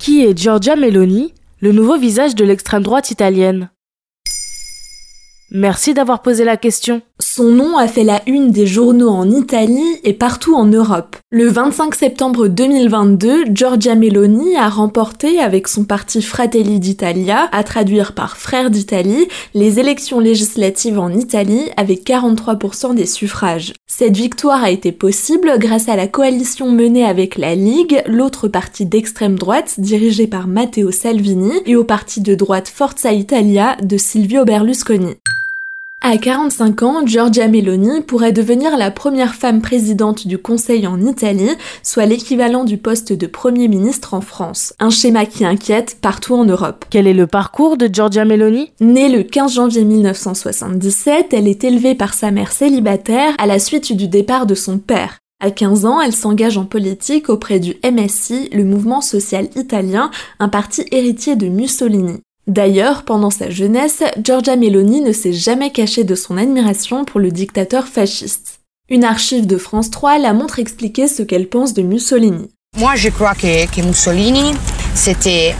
Qui est Giorgia Meloni, le nouveau visage de l'extrême droite italienne? Merci d'avoir posé la question. Son nom a fait la une des journaux en Italie et partout en Europe. Le 25 septembre 2022, Giorgia Meloni a remporté avec son parti Fratelli d'Italia, à traduire par Frères d'Italie, les élections législatives en Italie avec 43% des suffrages. Cette victoire a été possible grâce à la coalition menée avec la Ligue, l'autre parti d'extrême droite dirigé par Matteo Salvini, et au parti de droite Forza Italia de Silvio Berlusconi. À 45 ans, Giorgia Meloni pourrait devenir la première femme présidente du Conseil en Italie, soit l'équivalent du poste de Premier ministre en France. Un schéma qui inquiète partout en Europe. Quel est le parcours de Giorgia Meloni? Née le 15 janvier 1977, elle est élevée par sa mère célibataire à la suite du départ de son père. À 15 ans, elle s'engage en politique auprès du MSI, le mouvement social italien, un parti héritier de Mussolini. D'ailleurs, pendant sa jeunesse, Giorgia Meloni ne s'est jamais cachée de son admiration pour le dictateur fasciste. Une archive de France 3 la montre expliquer ce qu'elle pense de Mussolini. Moi, je crois que Mussolini, c'était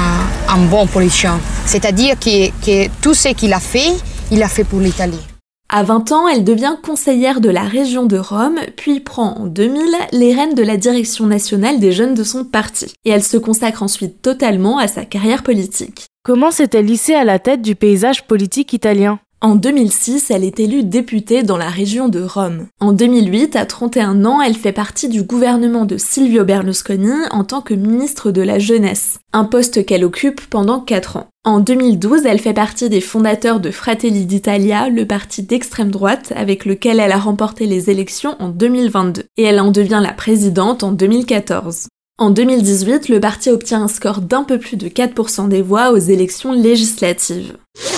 un bon politicien. C'est-à-dire que tout ce qu'il a fait pour l'Italie. À 20 ans, elle devient conseillère de la région de Rome, puis prend en 2000 les rênes de la direction nationale des jeunes de son parti. Et elle se consacre ensuite totalement à sa carrière politique. Comment s'est-elle hissée à la tête du paysage politique italien? En 2006, elle est élue députée dans la région de Rome. En 2008, à 31 ans, elle fait partie du gouvernement de Silvio Berlusconi en tant que ministre de la Jeunesse, un poste qu'elle occupe pendant 4 ans. En 2012, elle fait partie des fondateurs de Fratelli d'Italia, le parti d'extrême droite avec lequel elle a remporté les élections en 2022. Et elle en devient la présidente en 2014. En 2018, le parti obtient un score d'un peu plus de 4% des voix aux élections législatives.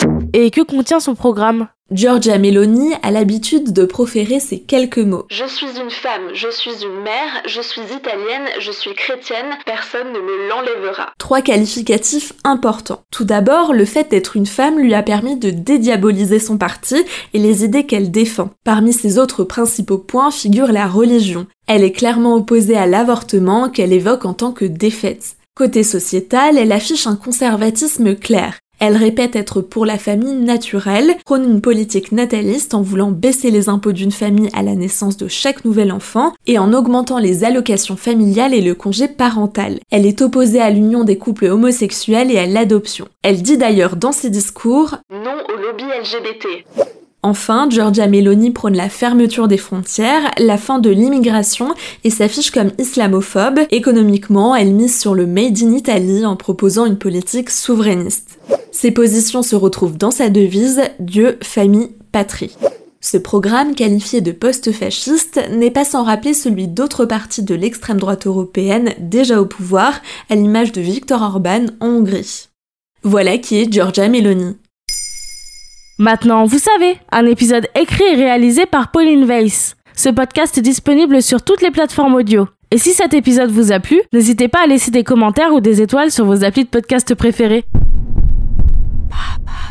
Et que contient son programme? Giorgia Meloni a l'habitude de proférer ces quelques mots. Je suis une femme, je suis une mère, je suis italienne, je suis chrétienne, personne ne me l'enlèvera. 3 qualificatifs importants. Tout d'abord, le fait d'être une femme lui a permis de dédiaboliser son parti et les idées qu'elle défend. Parmi ses autres principaux points figure la religion. Elle est clairement opposée à l'avortement qu'elle évoque en tant que défaite. Côté sociétal, elle affiche un conservatisme clair. Elle répète être pour la famille naturelle, prône une politique nataliste en voulant baisser les impôts d'une famille à la naissance de chaque nouvel enfant et en augmentant les allocations familiales et le congé parental. Elle est opposée à l'union des couples homosexuels et à l'adoption. Elle dit d'ailleurs dans ses discours « Non au lobby LGBT ». Enfin, Giorgia Meloni prône la fermeture des frontières, la fin de l'immigration et s'affiche comme islamophobe. Économiquement, elle mise sur le Made in Italy en proposant une politique souverainiste. Ses positions se retrouvent dans sa devise « Dieu, famille, patrie ». Ce programme, qualifié de post-fasciste, n'est pas sans rappeler celui d'autres partis de l'extrême droite européenne déjà au pouvoir, à l'image de Viktor Orban en Hongrie. Voilà qui est Giorgia Meloni. Maintenant, vous savez, un épisode écrit et réalisé par Pauline Weiss. Ce podcast est disponible sur toutes les plateformes audio. Et si cet épisode vous a plu, n'hésitez pas à laisser des commentaires ou des étoiles sur vos applis de podcast préférés.